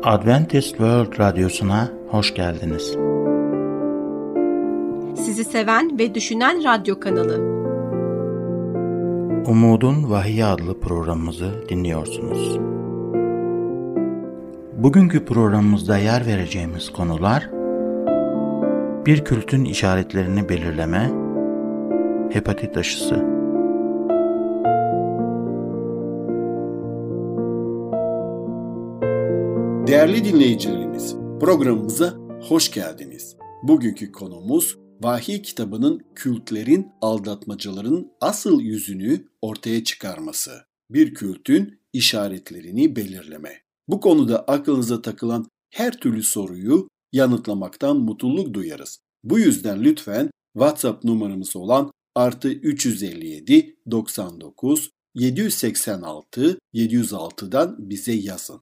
Adventist World Radyosu'na hoş geldiniz. Sizi seven ve düşünen radyo kanalı. Umudun Vahiy adlı programımızı dinliyorsunuz. Bugünkü programımızda yer vereceğimiz konular: bir kültün işaretlerini belirleme, hepatit aşısı. Değerli dinleyicilerimiz, programımıza hoş geldiniz. Bugünkü konumuz Vahiy kitabının kültlerin, aldatmacaların asıl yüzünü ortaya çıkarması. Bir kültün işaretlerini belirleme. Bu konuda aklınıza takılan her türlü soruyu yanıtlamaktan mutluluk duyarız. Bu yüzden lütfen WhatsApp numaramız olan +357 99 786 706'dan bize yazın.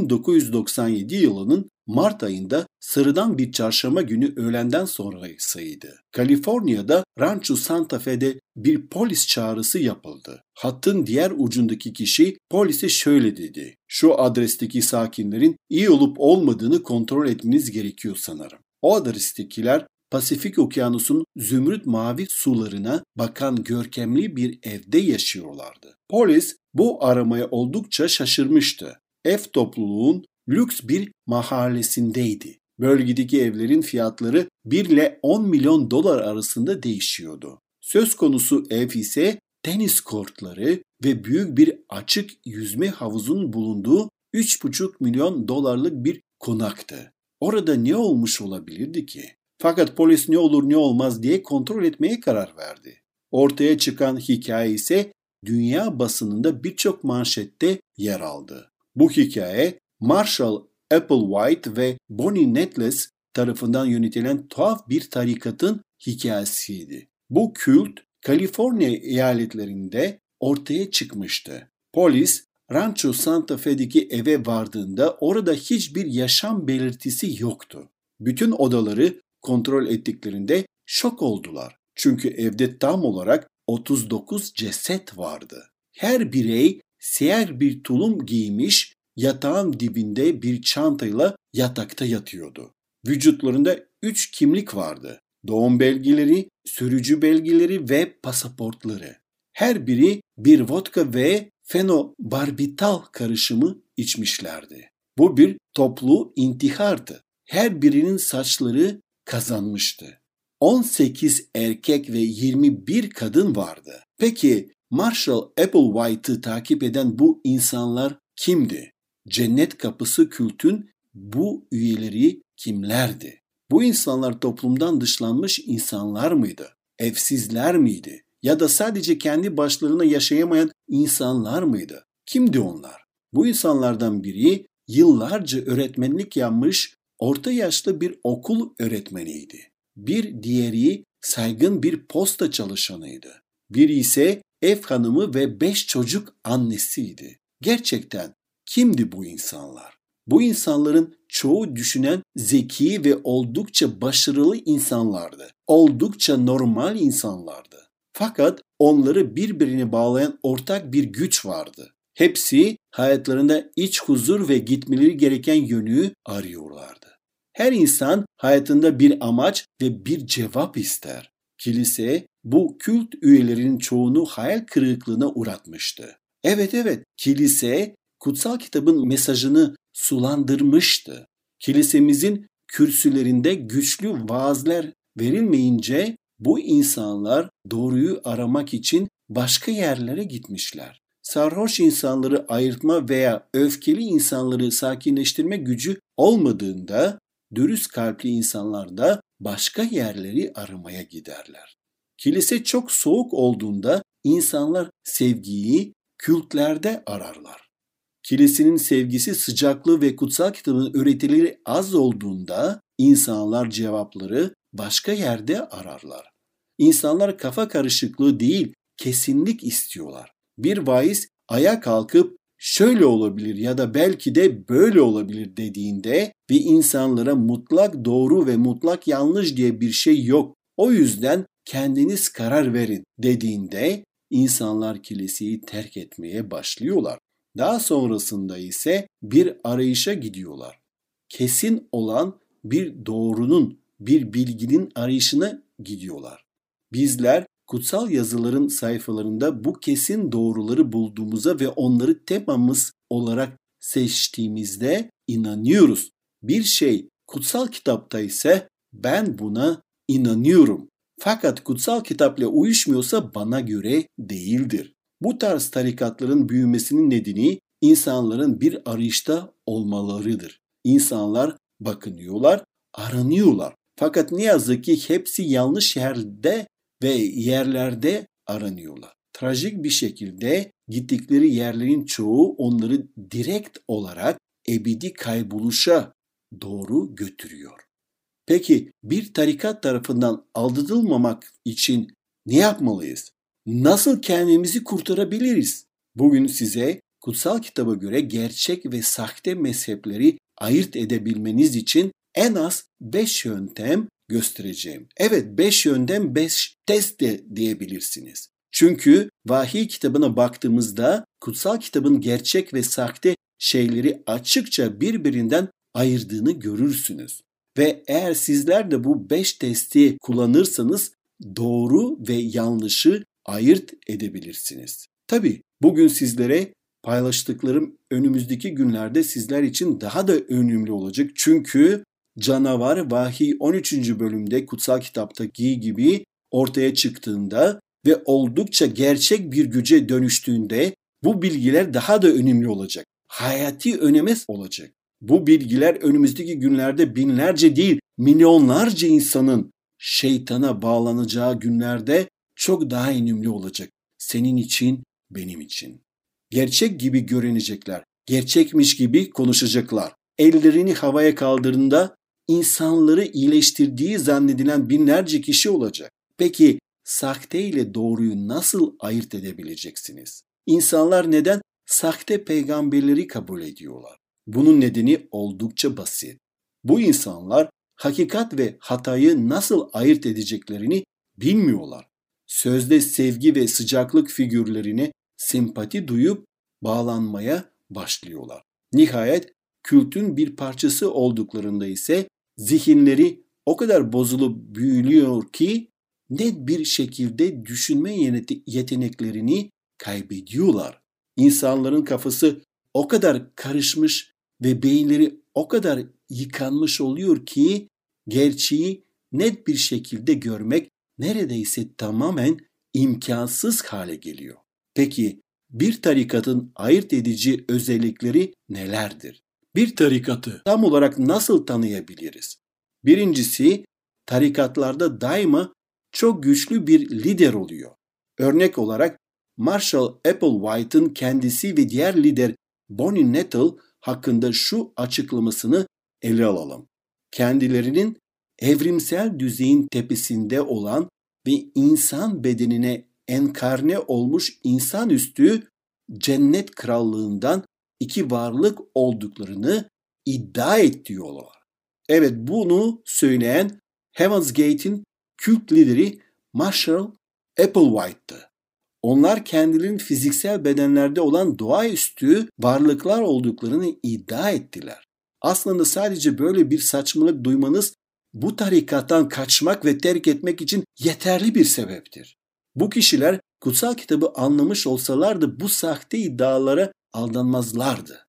1997 yılının Mart ayında sıradan bir çarşamba günü öğlenden sonrasıydı. Kaliforniya'da Rancho Santa Fe'de bir polis çağrısı yapıldı. Hattın diğer ucundaki kişi polise şöyle dedi: "Şu adresteki sakinlerin iyi olup olmadığını kontrol etmeniz gerekiyor sanırım." O adrestekiler Pasifik Okyanusu'nun zümrüt mavi sularına bakan görkemli bir evde yaşıyorlardı. Polis bu aramaya oldukça şaşırmıştı. Ev topluluğun lüks bir mahallesindeydi. Bölgedeki evlerin fiyatları 1 ile 10 milyon dolar arasında değişiyordu. Söz konusu ev ise tenis kortları ve büyük bir açık yüzme havuzunun bulunduğu 3,5 milyon dolarlık bir konaktı. Orada ne olmuş olabilirdi ki? Fakat polis ne olur ne olmaz diye kontrol etmeye karar verdi. Ortaya çıkan hikaye ise dünya basınında birçok manşette yer aldı. Bu hikaye Marshall Applewhite ve Bonnie Nettles tarafından yönetilen tuhaf bir tarikatın hikayesiydi. Bu kült Kaliforniya eyaletlerinde ortaya çıkmıştı. Polis Rancho Santa Fe'deki eve vardığında orada hiçbir yaşam belirtisi yoktu. Bütün odaları kontrol ettiklerinde şok oldular. Çünkü evde tam olarak 39 ceset vardı. Her birey siyah bir tulum giymiş, yatağın dibinde bir çantayla yatakta yatıyordu. Vücutlarında 3 kimlik vardı: doğum belgeleri, sürücü belgeleri ve pasaportları. Her biri bir vodka ve fenobarbital karışımı içmişlerdi. Bu bir toplu intihardı. Her birinin saçları kazanmıştı. 18 erkek ve 21 kadın vardı. Peki Marshall Applewhite'ı takip eden bu insanlar kimdi? Cennet Kapısı kültün bu üyeleri kimlerdi? Bu insanlar toplumdan dışlanmış insanlar mıydı? Evsizler miydi? Ya da sadece kendi başlarına yaşayamayan insanlar mıydı? Kimdi onlar? Bu insanlardan biri yıllarca öğretmenlik yapmış orta yaşlı bir okul öğretmeniydi. Bir diğeri saygın bir posta çalışanıydı. Biri ise ev hanımı ve 5 çocuk annesiydi. Gerçekten kimdi bu insanlar? Bu insanların çoğu düşünen, zeki ve oldukça başarılı insanlardı. Oldukça normal insanlardı. Fakat onları birbirine bağlayan ortak bir güç vardı. Hepsi hayatlarında iç huzur ve gitmeleri gereken yönü arıyorlardı. Her insan hayatında bir amaç ve bir cevap ister. Kilise bu kült üyelerinin çoğunu hayal kırıklığına uğratmıştı. Evet, kilise kutsal kitabın mesajını sulandırmıştı. Kilisemizin kürsülerinde güçlü vaazler verilmeyince bu insanlar doğruyu aramak için başka yerlere gitmişler. Sarhoş insanları ayırtma veya öfkeli insanları sakinleştirme gücü olmadığında dürüst kalpli insanlar da başka yerleri aramaya giderler. Kilise çok soğuk olduğunda insanlar sevgiyi kültlerde ararlar. Kilisenin sevgisi, sıcaklığı ve kutsal kitabın öğretileri az olduğunda insanlar cevapları başka yerde ararlar. İnsanlar kafa karışıklığı değil, kesinlik istiyorlar. Bir vaiz ayağa kalkıp şöyle olabilir ya da belki de böyle olabilir dediğinde ve insanlara mutlak doğru ve mutlak yanlış diye bir şey yok, o yüzden kendiniz karar verin dediğinde insanlar kiliseyi terk etmeye başlıyorlar. Daha sonrasında ise bir arayışa gidiyorlar. kesin olan bir doğrunun, bir bilginin arayışına gidiyorlar. Bizler kutsal yazıların sayfalarında bu kesin doğruları bulduğumuza ve onları temamız olarak seçtiğimizde inanıyoruz. Bir şey kutsal kitapta ise ben buna inanıyorum. Fakat kutsal kitapla uyuşmuyorsa bana göre değildir. Bu tarz tarikatların büyümesinin nedeni insanların bir arayışta olmalarıdır. İnsanlar bakınıyorlar, aranıyorlar. Fakat ne yazık ki hepsi yanlış yerde ve yerlerde aranıyorlar. Trajik bir şekilde gittikleri yerlerin çoğu onları direkt olarak ebedi kayboluşa doğru götürüyor. Peki bir tarikat tarafından aldatılmamak için ne yapmalıyız? Nasıl kendimizi kurtarabiliriz? Bugün size kutsal kitaba göre gerçek ve sahte mezhepleri ayırt edebilmeniz için en az 5 yöntem göstereceğim. Evet, 5 yöntem, 5 test de diyebilirsiniz. Çünkü vahiy kitabına baktığımızda kutsal kitabın gerçek ve sahte şeyleri açıkça birbirinden ayırdığını görürsünüz. Ve eğer sizler de bu 5 testi kullanırsanız doğru ve yanlışı ayırt edebilirsiniz. Tabii bugün sizlere paylaştıklarım önümüzdeki günlerde sizler için daha da önemli olacak. Çünkü canavar vahiy 13. bölümde kutsal kitaptaki gibi ortaya çıktığında ve oldukça gerçek bir güce dönüştüğünde bu bilgiler daha da önemli olacak. Hayati öneme olacak. Bu bilgiler önümüzdeki günlerde binlerce değil, milyonlarca insanın şeytana bağlanacağı günlerde çok daha önemli olacak. Senin için, benim için. Gerçek gibi görünecekler, gerçekmiş gibi konuşacaklar. Ellerini havaya kaldırdığında insanları iyileştirdiği zannedilen binlerce kişi olacak. Peki sahte ile doğruyu nasıl ayırt edebileceksiniz? İnsanlar neden sahte peygamberleri kabul ediyorlar? Bunun nedeni oldukça basit. Bu insanlar hakikat ve hatayı nasıl ayırt edeceklerini bilmiyorlar. Sözde sevgi ve sıcaklık figürlerine sempati duyup bağlanmaya başlıyorlar. Nihayet kültün bir parçası olduklarında ise zihinleri o kadar bozulup büyülüyor ki net bir şekilde düşünme yeteneklerini kaybediyorlar. İnsanların kafası o kadar karışmış ve beyinleri o kadar yıkanmış oluyor ki gerçeği net bir şekilde görmek neredeyse tamamen imkansız hale geliyor. Peki bir tarikatın ayırt edici özellikleri nelerdir? Bir tarikatı tam olarak nasıl tanıyabiliriz? Birincisi, tarikatlarda daima çok güçlü bir lider oluyor. Örnek olarak Marshall Applewhite'ın kendisi ve diğer lider Bonnie Nettle hakkında şu açıklamasını ele alalım. Kendilerinin evrimsel düzeyin tepesinde olan ve insan bedenine enkarne olmuş insanüstü cennet krallığından iki varlık olduklarını iddia ediyorlar. Evet, bunu söyleyen Heaven's Gate'in kült lideri Marshall Applewhite'tı. Onlar kendilerinin fiziksel bedenlerde olan doğaüstü varlıklar olduklarını iddia ettiler. Aslında sadece böyle bir saçmalık duymanız bu tarikattan kaçmak ve terk etmek için yeterli bir sebeptir. Bu kişiler kutsal kitabı anlamış olsalardı bu sahte iddialara aldanmazlardı.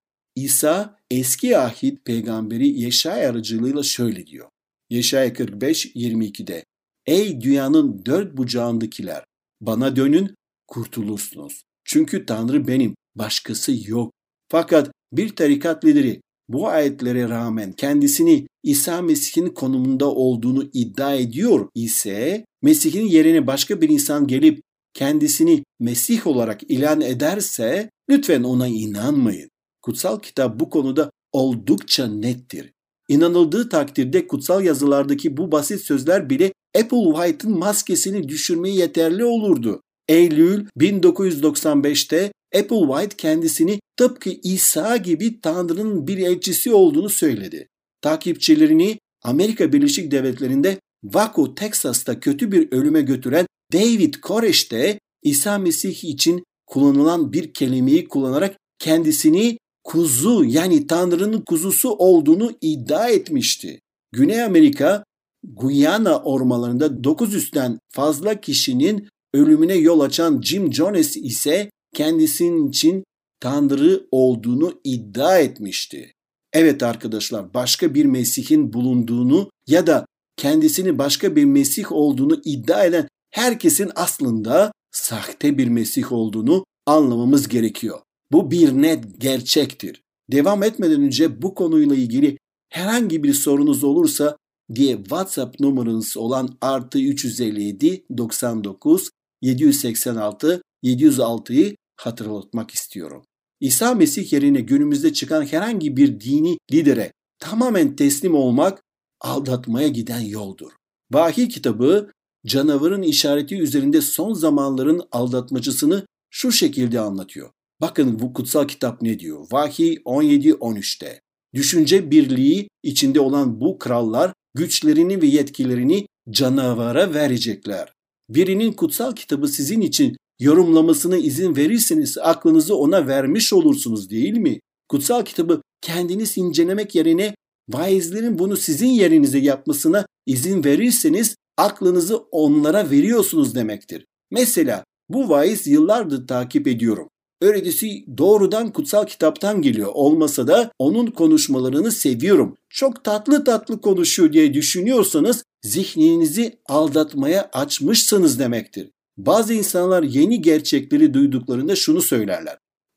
İsa eski ahit peygamberi Yeşaya aracılığıyla şöyle diyor. Yeşaya 45:22'de Ey dünyanın dört bucağındakiler, bana dönün, kurtulursunuz. Çünkü Tanrı benim, başkası yok. Fakat bir tarikat lideri bu ayetlere rağmen kendisini İsa Mesih'in konumunda olduğunu iddia ediyor ise Mesih'in yerine başka bir insan gelip kendisini Mesih olarak ilan ederse lütfen ona inanmayın. Kutsal kitap bu konuda oldukça nettir. İnanıldığı takdirde kutsal yazılardaki bu basit sözler bile Applewhite'ın maskesini düşürmeye yeterli olurdu. Eylül 1995'te Applewhite kendisini tıpkı İsa gibi Tanrı'nın bir elçisi olduğunu söyledi. Takipçilerini Amerika Birleşik Devletleri'nde Waco, Texas'ta kötü bir ölüme götüren David Koresh de İsa Mesih için kullanılan bir kelimeyi kullanarak kendisini kuzu yani Tanrı'nın kuzusu olduğunu iddia etmişti. Güney Amerika, Guyana ormanlarında 900'den fazla kişinin ölümüne yol açan Jim Jones ise kendisinin için Tanrı olduğunu iddia etmişti. Evet arkadaşlar, başka bir Mesih'in bulunduğunu ya da kendisini başka bir Mesih olduğunu iddia eden herkesin aslında sahte bir Mesih olduğunu anlamamız gerekiyor. Bu bir net gerçektir. Devam etmeden önce bu konuyla ilgili herhangi bir sorunuz olursa diye WhatsApp numaranız olan +357 99 786 706'yı hatırlatmak istiyorum. İsa Mesih yerine günümüzde çıkan herhangi bir dini lidere tamamen teslim olmak aldatmaya giden yoldur. Vahiy kitabı canavarın işareti üzerinde son zamanların aldatmacısını şu şekilde anlatıyor. Bakın bu kutsal kitap ne diyor? Vahiy 17-13'te. Düşünce birliği içinde olan bu krallar güçlerini ve yetkilerini canavara verecekler. Birinin kutsal kitabı sizin için yorumlamasına izin verirseniz aklınızı ona vermiş olursunuz değil mi? Kutsal kitabı kendiniz incelemek yerine vaizlerin bunu sizin yerinize yapmasına izin verirseniz aklınızı onlara veriyorsunuz demektir. Mesela bu vaiz yıllardır takip ediyorum. Öğretisi doğrudan kutsal kitaptan geliyor. Olmasa da onun konuşmalarını seviyorum. Çok tatlı tatlı konuşuyor diye düşünüyorsanız zihninizi aldatmaya açmışsınız demektir. Bazı insanlar yeni gerçekleri duyduklarında şunu söylerler.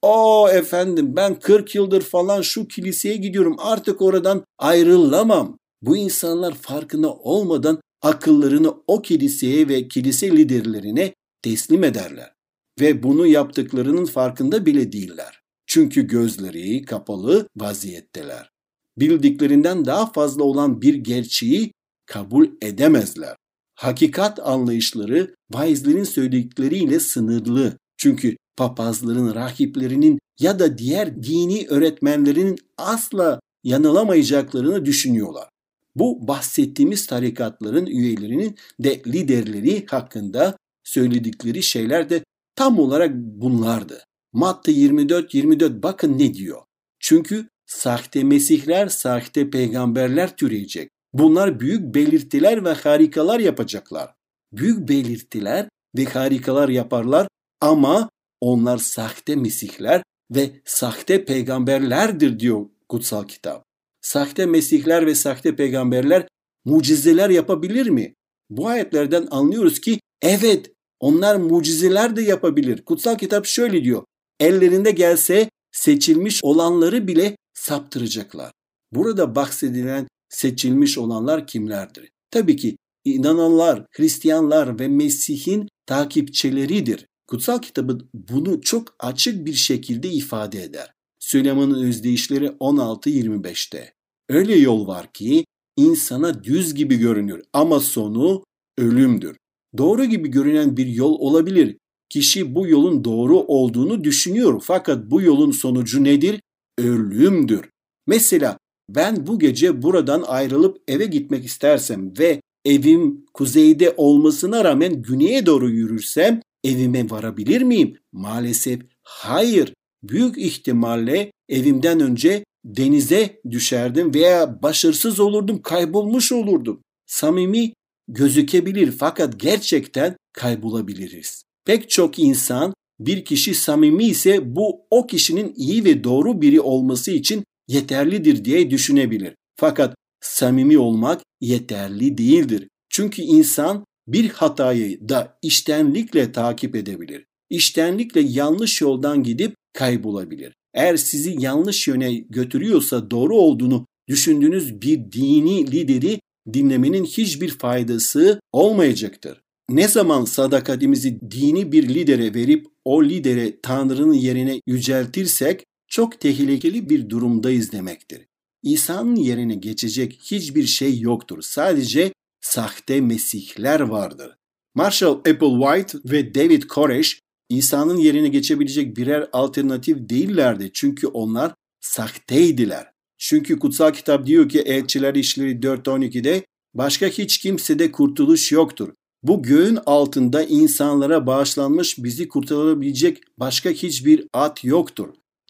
Efendim ben 40 yıldır falan şu kiliseye gidiyorum, artık oradan ayrılamam. Bu insanlar farkında olmadan akıllarını o kiliseye ve kilise liderlerine teslim ederler. Ve bunu yaptıklarının farkında bile değiller. Çünkü gözleri kapalı vaziyetteler. Bildiklerinden daha fazla olan bir gerçeği kabul edemezler. Hakikat anlayışları vaizlerin söyledikleriyle sınırlı. Çünkü papazların, rahiplerinin ya da diğer dini öğretmenlerinin asla yanılamayacaklarını düşünüyorlar. Bu bahsettiğimiz tarikatların üyelerinin de liderleri hakkında söyledikleri şeyler de tam olarak bunlardı. Matta 24-24 bakın ne diyor. Çünkü sahte mesihler, sahte peygamberler türeyecek. Bunlar büyük belirtiler ve harikalar yapacaklar. Büyük belirtiler ve harikalar yaparlar ama onlar sahte mesihler ve sahte peygamberlerdir diyor kutsal kitap. Sahte mesihler ve sahte peygamberler mucizeler yapabilir mi? Bu ayetlerden anlıyoruz ki evet, onlar mucizeler de yapabilir. Kutsal kitap şöyle diyor. Ellerinde gelse seçilmiş olanları bile saptıracaklar. Burada bahsedilen seçilmiş olanlar kimlerdir? Tabii ki inananlar, Hristiyanlar ve Mesih'in takipçileridir. Kutsal kitabı bunu çok açık bir şekilde ifade eder. Süleyman'ın özdeyişleri 16-25'te. Öyle yol var ki insana düz gibi görünür ama sonu ölümdür. Doğru gibi görünen bir yol olabilir. Kişi bu yolun doğru olduğunu düşünüyor fakat bu yolun sonucu nedir? Ölümdür. Mesela ben bu gece buradan ayrılıp eve gitmek istersem ve evim kuzeyde olmasına rağmen güneye doğru yürürsem evime varabilir miyim? Maalesef hayır. Büyük ihtimalle evimden önce denize düşerdim veya başarısız olurdum, kaybolmuş olurdum. Samimi gözükebilir fakat gerçekten kaybolabiliriz. Pek çok insan bir kişi samimi ise bu o kişinin iyi ve doğru biri olması için yeterlidir diye düşünebilir. Fakat samimi olmak yeterli değildir. Çünkü insan bir hatayı da içtenlikle takip edebilir. İçtenlikle yanlış yoldan gidip kaybolabilir. Eğer sizi yanlış yöne götürüyorsa doğru olduğunu düşündüğünüz bir dini lideri dinlemenin hiçbir faydası olmayacaktır. Ne zaman sadakatimizi dini bir lidere verip o lidere Tanrı'nın yerine yüceltirsek çok tehlikeli bir durumdayız demektir. İsa'nın yerine geçecek hiçbir şey yoktur. Sadece sahte mesihler vardır. Marshall Applewhite ve David Koresh İsa'nın yerine geçebilecek birer alternatif değillerdi. Çünkü onlar sahteydiler. Çünkü kutsal kitap diyor ki Elçiler İşleri 4.12'de başka hiç kimsede kurtuluş yoktur. Bu göğün altında insanlara bağışlanmış bizi kurtarabilecek başka hiçbir ad yoktur.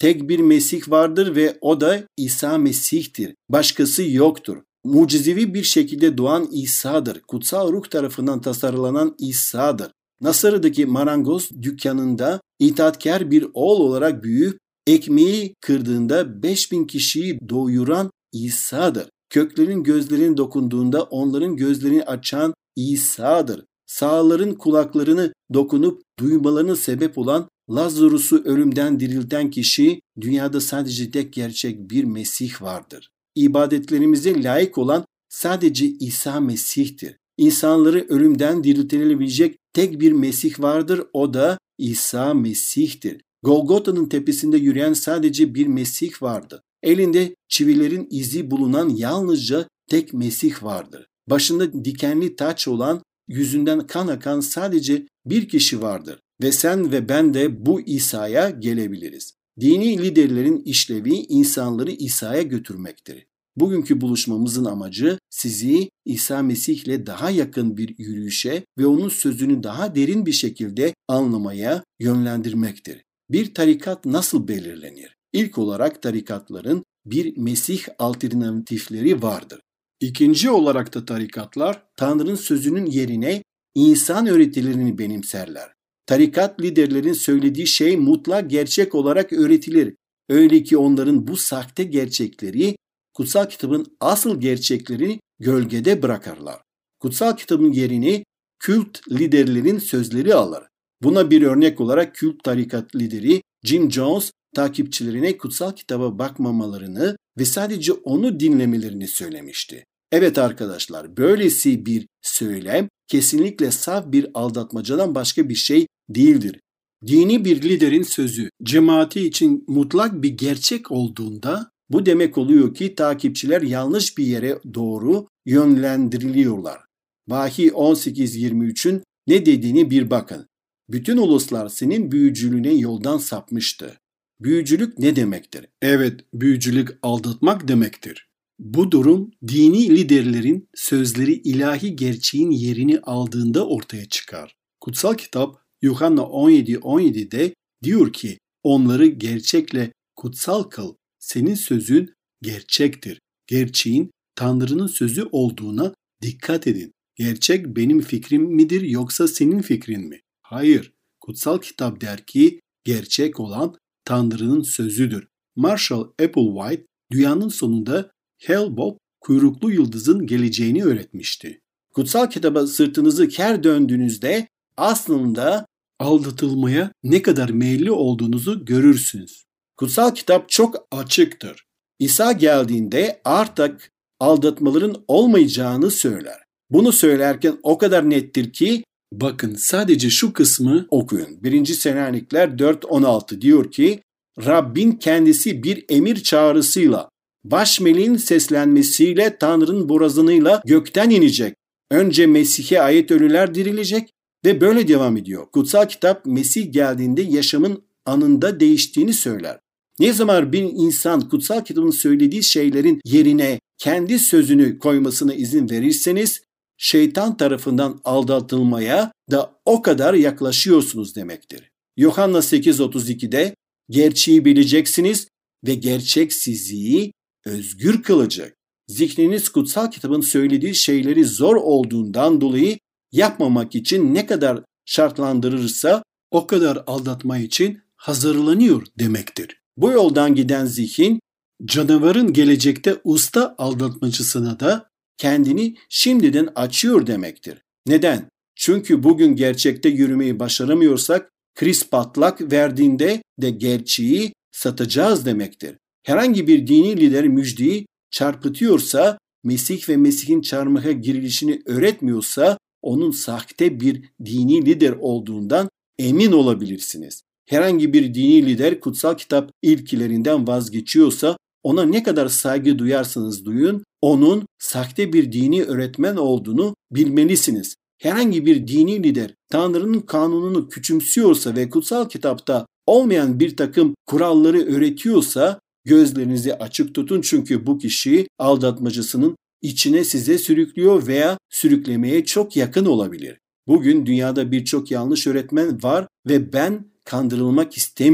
tek bir Mesih vardır ve o da İsa Mesih'tir. Başkası yoktur. Mucizevi bir şekilde doğan İsa'dır. Kutsal Ruh tarafından tasarlanan İsa'dır. Nasır'daki marangoz dükkanında itaatkar bir oğul olarak büyüyüp ekmeği kırdığında 5000 kişiyi doyuran İsa'dır. Köklerin gözlerine dokunduğunda onların gözlerini açan İsa'dır. Sağların kulaklarını dokunup duymalarına sebep olan Lazarus'u ölümden dirilten kişi, dünyada sadece tek gerçek bir Mesih vardır. İbadetlerimize layık olan sadece İsa Mesih'tir. İnsanları ölümden diriltilebilecek tek bir Mesih vardır, o da İsa Mesih'tir. Golgota'nın tepesinde yürüyen sadece bir Mesih vardı. Elinde çivilerin izi bulunan yalnızca tek Mesih vardır. Başında dikenli taç olan, yüzünden kan akan sadece bir kişi vardır. Ve sen ve ben de bu İsa'ya gelebiliriz. Dini liderlerin işlevi insanları İsa'ya götürmektir. Bugünkü buluşmamızın amacı sizi İsa Mesih'le daha yakın bir yürüyüşe ve onun sözünü daha derin bir şekilde anlamaya yönlendirmektir. Bir tarikat nasıl belirlenir? İlk olarak tarikatların bir Mesih alternatifleri vardır. İkinci olarak da tarikatlar Tanrı'nın sözünün yerine insan öğretilerini benimserler. Tarikat liderlerin söylediği şey mutlak gerçek olarak öğretilir. Öyle ki onların bu sahte gerçekleri kutsal kitabın asıl gerçeklerini gölgede bırakırlar. Kutsal kitabın yerini kült liderlerin sözleri alır. Buna bir örnek olarak kült tarikat lideri Jim Jones takipçilerine kutsal kitaba bakmamalarını ve sadece onu dinlemelerini söylemişti. Evet arkadaşlar, böylesi bir söylem kesinlikle saf bir aldatmacadan başka bir şey değildir. Dini bir liderin sözü cemaati için mutlak bir gerçek olduğunda bu demek oluyor ki takipçiler yanlış bir yere doğru yönlendiriliyorlar. Vahiy 18:23'ün ne dediğini bir bakın. Bütün uluslar senin büyücülüğüne yoldan sapmıştı. Büyücülük ne demektir? Evet, büyücülük aldatmak demektir. Bu durum dini liderlerin sözleri ilahi gerçeğin yerini aldığında ortaya çıkar. Kutsal kitap Yuhanna 17:17'de diyor ki onları gerçekle kutsal kıl. Senin sözün gerçektir. Gerçeğin Tanrı'nın sözü olduğuna dikkat edin. Gerçek benim fikrim midir yoksa senin fikrin mi? Hayır. Kutsal kitap der ki gerçek olan Tanrı'nın sözüdür. Marshall Applewhite dünyanın sonunda Hale-Bopp kuyruklu yıldızın geleceğini öğretmişti. Kutsal kitaba sırtınızı her döndüğünüzde aslında aldatılmaya ne kadar meyilli olduğunuzu görürsünüz. Kutsal kitap çok açıktır. İsa geldiğinde artık aldatmaların olmayacağını söyler. Bunu söylerken o kadar nettir ki bakın sadece şu kısmı okuyun. 1. Selanikliler 4:16 diyor ki Rabbin kendisi bir emir çağrısıyla, başmeleğin seslenmesiyle, Tanrı'nın borazanıyla gökten inecek. Önce Mesih'e ait ölüler dirilecek ve böyle devam ediyor. Kutsal kitap Mesih geldiğinde yaşamın anında değiştiğini söyler. Ne zaman bir insan kutsal kitabın söylediği şeylerin yerine kendi sözünü koymasına izin verirseniz, şeytan tarafından aldatılmaya da o kadar yaklaşıyorsunuz demektir. Yuhanna 8:32'de gerçeği bileceksiniz ve gerçek sizi özgür kılacak. Zihniniz kutsal kitabın söylediği şeyleri zor olduğundan dolayı yapmamak için ne kadar şartlandırırsa o kadar aldatma için hazırlanıyor demektir. Bu yoldan giden zihin canavarın gelecekte usta aldatmacısına da kendini şimdiden açıyor demektir. Neden? Çünkü bugün gerçekte yürümeyi başaramıyorsak kriz patlak verdiğinde de gerçeği satacağız demektir. Herhangi bir dini lider müjdeyi çarpıtıyorsa, Mesih ve Mesih'in çarmıha girilişini öğretmiyorsa onun sahte bir dini lider olduğundan emin olabilirsiniz. Herhangi bir dini lider kutsal kitap ilkelerinden vazgeçiyorsa ona ne kadar saygı duyarsanız duyun, onun sahte bir dini öğretmen olduğunu bilmelisiniz. Herhangi bir dini lider Tanrı'nın kanununu küçümsüyorsa ve kutsal kitapta olmayan bir takım kuralları öğretiyorsa gözlerinizi açık tutun çünkü bu kişi aldatmacısının içine size sürüklüyor veya sürüklemeye çok yakın olabilir. Bugün dünyada birçok yanlış öğretmen var ve ben kandırılmak istemiyorum.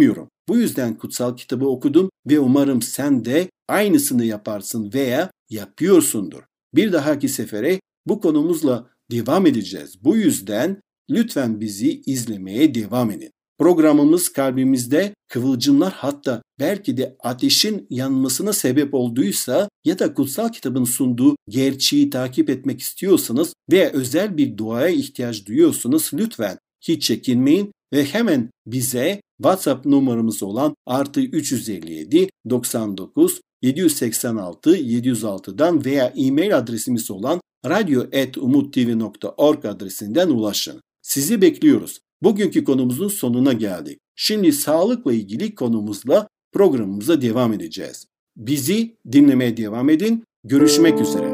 Bu yüzden kutsal kitabı okudum ve umarım sen de aynısını yaparsın veya yapıyorsundur. Bir dahaki sefere bu konumuzla devam edeceğiz. Bu yüzden lütfen bizi izlemeye devam edin. Programımız kalbimizde kıvılcımlar, hatta belki de ateşin yanmasına sebep olduysa ya da kutsal kitabın sunduğu gerçeği takip etmek istiyorsanız veya özel bir duaya ihtiyaç duyuyorsanız lütfen hiç çekinmeyin ve hemen bize WhatsApp numaramız olan +357 99 786 706'dan veya e-mail adresimiz olan radyo@umuttv.org adresinden ulaşın. Sizi bekliyoruz. Bugünkü konumuzun sonuna geldik. Şimdi sağlıkla ilgili konumuzla programımıza devam edeceğiz. Bizi dinlemeye devam edin. Görüşmek üzere.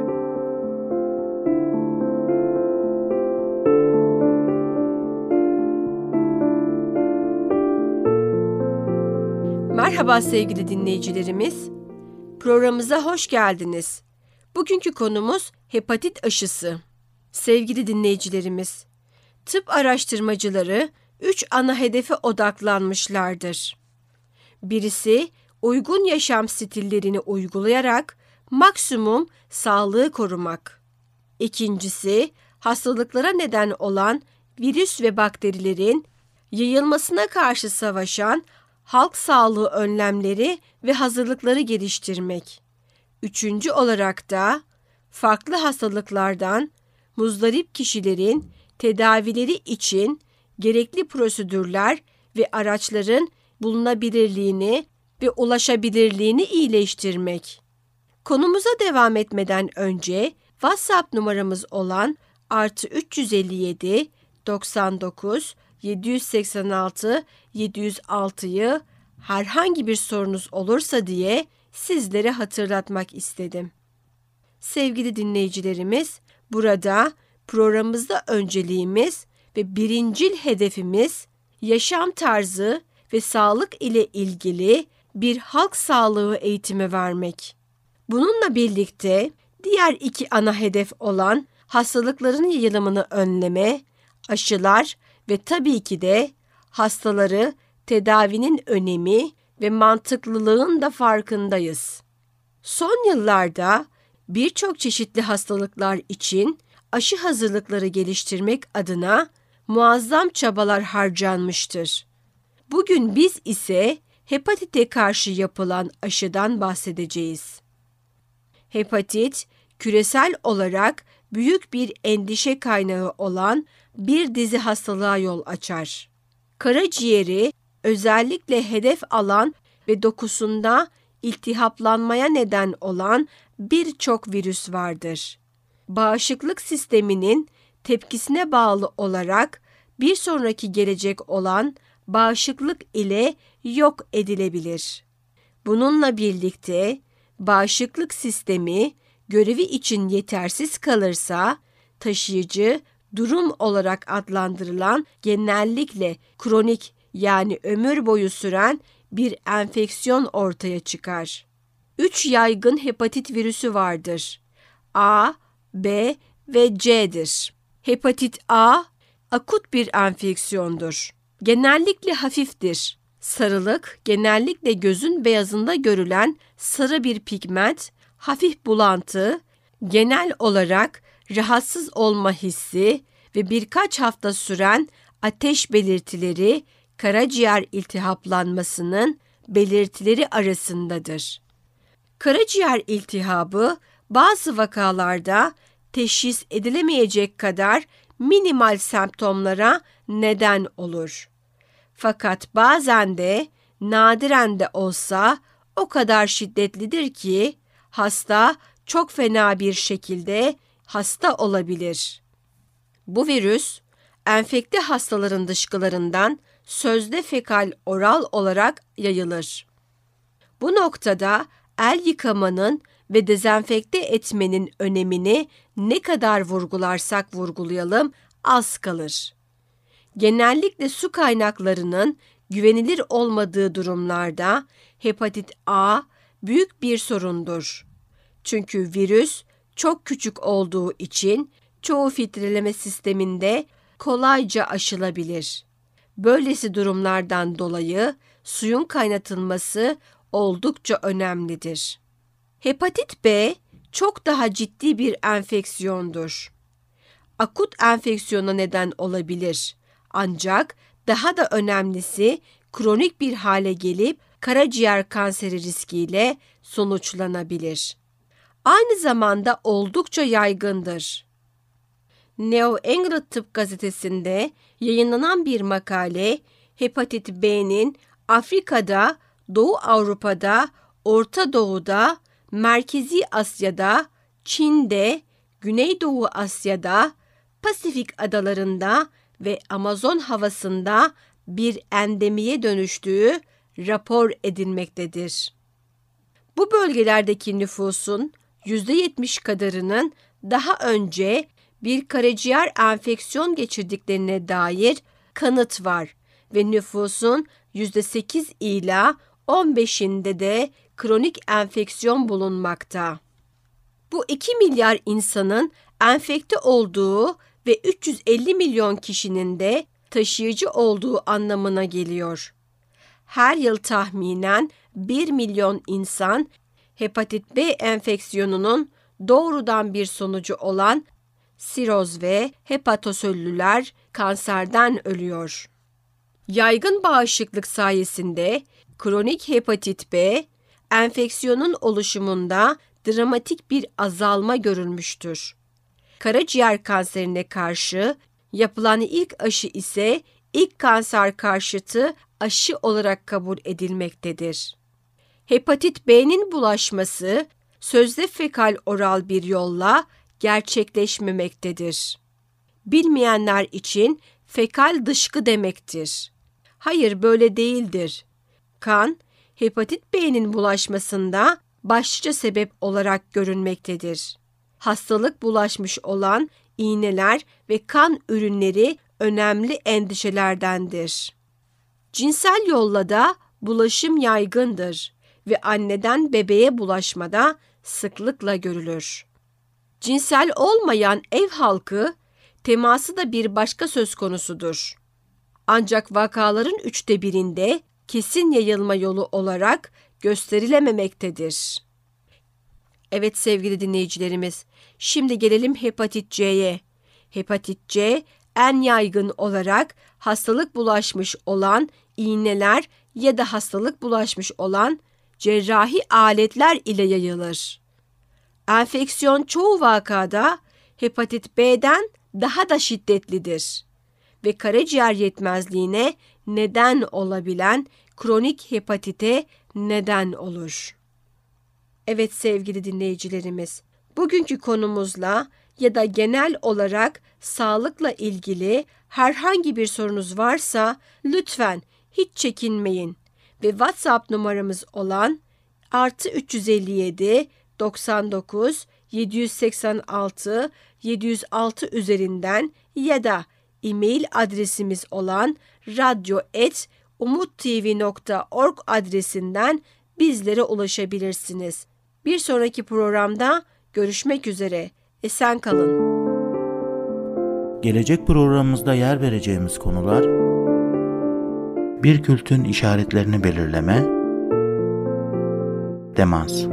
Merhaba sevgili dinleyicilerimiz. Programımıza hoş geldiniz. Bugünkü konumuz hepatit aşısı. Sevgili dinleyicilerimiz, tıp araştırmacıları 3 ana hedefe odaklanmışlardır. Birisi, uygun yaşam stillerini uygulayarak maksimum sağlığı korumak. İkincisi, hastalıklara neden olan virüs ve bakterilerin yayılmasına karşı savaşan halk sağlığı önlemleri ve hazırlıkları geliştirmek. Üçüncü olarak da farklı hastalıklardan muzdarip kişilerin tedavileri için gerekli prosedürler ve araçların bulunabilirliğini ve ulaşabilirliğini iyileştirmek. Konumuza devam etmeden önce WhatsApp numaramız olan +357 99 786 706'yı herhangi bir sorunuz olursa diye sizlere hatırlatmak istedim. Sevgili dinleyicilerimiz, burada programımızda önceliğimiz ve birincil hedefimiz yaşam tarzı ve sağlık ile ilgili bir halk sağlığı eğitimi vermek. Bununla birlikte diğer 2 ana hedef olan hastalıkların yayılımını önleme, aşılar ve tabii ki de hastaları tedavinin önemi ve mantıklılığın da farkındayız. Son yıllarda birçok çeşitli hastalıklar için aşı hazırlıkları geliştirmek adına muazzam çabalar harcanmıştır. Bugün biz ise hepatite karşı yapılan aşıdan bahsedeceğiz. Hepatit, küresel olarak büyük bir endişe kaynağı olan bir dizi hastalığa yol açar. Karaciğeri özellikle hedef alan ve dokusunda iltihaplanmaya neden olan birçok virüs vardır. Bağışıklık sisteminin tepkisine bağlı olarak bir sonraki gelecek olan bağışıklık ile yok edilebilir. Bununla birlikte bağışıklık sistemi görevi için yetersiz kalırsa taşıyıcı durum olarak adlandırılan genellikle kronik yani ömür boyu süren bir enfeksiyon ortaya çıkar. 3 yaygın hepatit virüsü vardır. A, B ve C'dir. Hepatit A, akut bir enfeksiyondur. Genellikle hafiftir. Sarılık, genellikle gözün beyazında görülen sarı bir pigment, hafif bulantı, genel olarak rahatsız olma hissi ve birkaç hafta süren ateş belirtileri karaciğer iltihaplanmasının belirtileri arasındadır. Karaciğer iltihabı bazı vakalarda teşhis edilemeyecek kadar minimal semptomlara neden olur. Fakat bazen de nadiren de olsa o kadar şiddetlidir ki hasta çok fena bir şekilde hasta olabilir. Bu virüs enfekte hastaların dışkılarından sözde fekal oral olarak yayılır. Bu noktada el yıkamanın ve dezenfekte etmenin önemini ne kadar vurgularsak vurgulayalım az kalır. Genellikle su kaynaklarının güvenilir olmadığı durumlarda hepatit A büyük bir sorundur. Çünkü virüs çok küçük olduğu için çoğu filtreleme sisteminde kolayca aşılabilir. Böylesi durumlardan dolayı suyun kaynatılması oldukça önemlidir. Hepatit B çok daha ciddi bir enfeksiyondur. Akut enfeksiyona neden olabilir. Ancak daha da önemlisi kronik bir hale gelip karaciğer kanseri riskiyle sonuçlanabilir. Aynı zamanda oldukça yaygındır. New England Tıp Gazetesi'nde yayınlanan bir makale, hepatit B'nin Afrika'da, Doğu Avrupa'da, Orta Doğu'da, Merkezi Asya'da, Çin'de, Güneydoğu Asya'da, Pasifik adalarında ve Amazon havasında bir endemiye dönüştüğü rapor edilmektedir. Bu bölgelerdeki nüfusun %70 kadarının daha önce bir karaciğer enfeksiyon geçirdiklerine dair kanıt var ve nüfusun %8 ila 15'inde de kronik enfeksiyon bulunmakta. Bu 2 milyar insanın enfekte olduğu ve 350 milyon kişinin de taşıyıcı olduğu anlamına geliyor. Her yıl tahminen 1 milyon insan hepatit B enfeksiyonunun doğrudan bir sonucu olan siroz ve hepatosellüler kanserden ölüyor. Yaygın bağışıklık sayesinde kronik hepatit B enfeksiyonun oluşumunda dramatik bir azalma görülmüştür. Karaciğer kanserine karşı yapılan ilk aşı ise ilk kanser karşıtı aşı olarak kabul edilmektedir. Hepatit B'nin bulaşması sözde fekal oral bir yolla gerçekleşmemektedir. Bilmeyenler için fekal dışkı demektir. Hayır, böyle değildir. Kan, hepatit B'nin bulaşmasında başlıca sebep olarak görünmektedir. Hastalık bulaşmış olan iğneler ve kan ürünleri önemli endişelerdendir. Cinsel yolla da bulaşım yaygındır ve anneden bebeğe bulaşmada sıklıkla görülür. Cinsel olmayan ev halkı teması da bir başka söz konusudur. Ancak vakaların 1/3'inde kesin yayılma yolu olarak gösterilememektedir. Evet sevgili dinleyicilerimiz, şimdi gelelim hepatit C'ye. Hepatit C en yaygın olarak hastalık bulaşmış olan iğneler ya da hastalık bulaşmış olan cerrahi aletler ile yayılır. Enfeksiyon çoğu vakada hepatit B'den daha da şiddetlidir ve karaciğer yetmezliğine neden olabilen kronik hepatite neden olur. Evet sevgili dinleyicilerimiz, bugünkü konumuzla ya da genel olarak sağlıkla ilgili herhangi bir sorunuz varsa lütfen hiç çekinmeyin ve WhatsApp numaramız olan +357 99 786 706 üzerinden ya da e-mail adresimiz olan radyo@umuttv.org adresinden bizlere ulaşabilirsiniz. Bir sonraki programda görüşmek üzere. Esen kalın. Gelecek programımızda yer vereceğimiz konular: bir kültün işaretlerini belirleme, demans.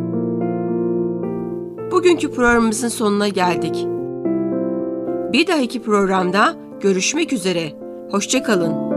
Bugünkü programımızın sonuna geldik. Bir dahaki programda görüşmek üzere. Hoşça kalın.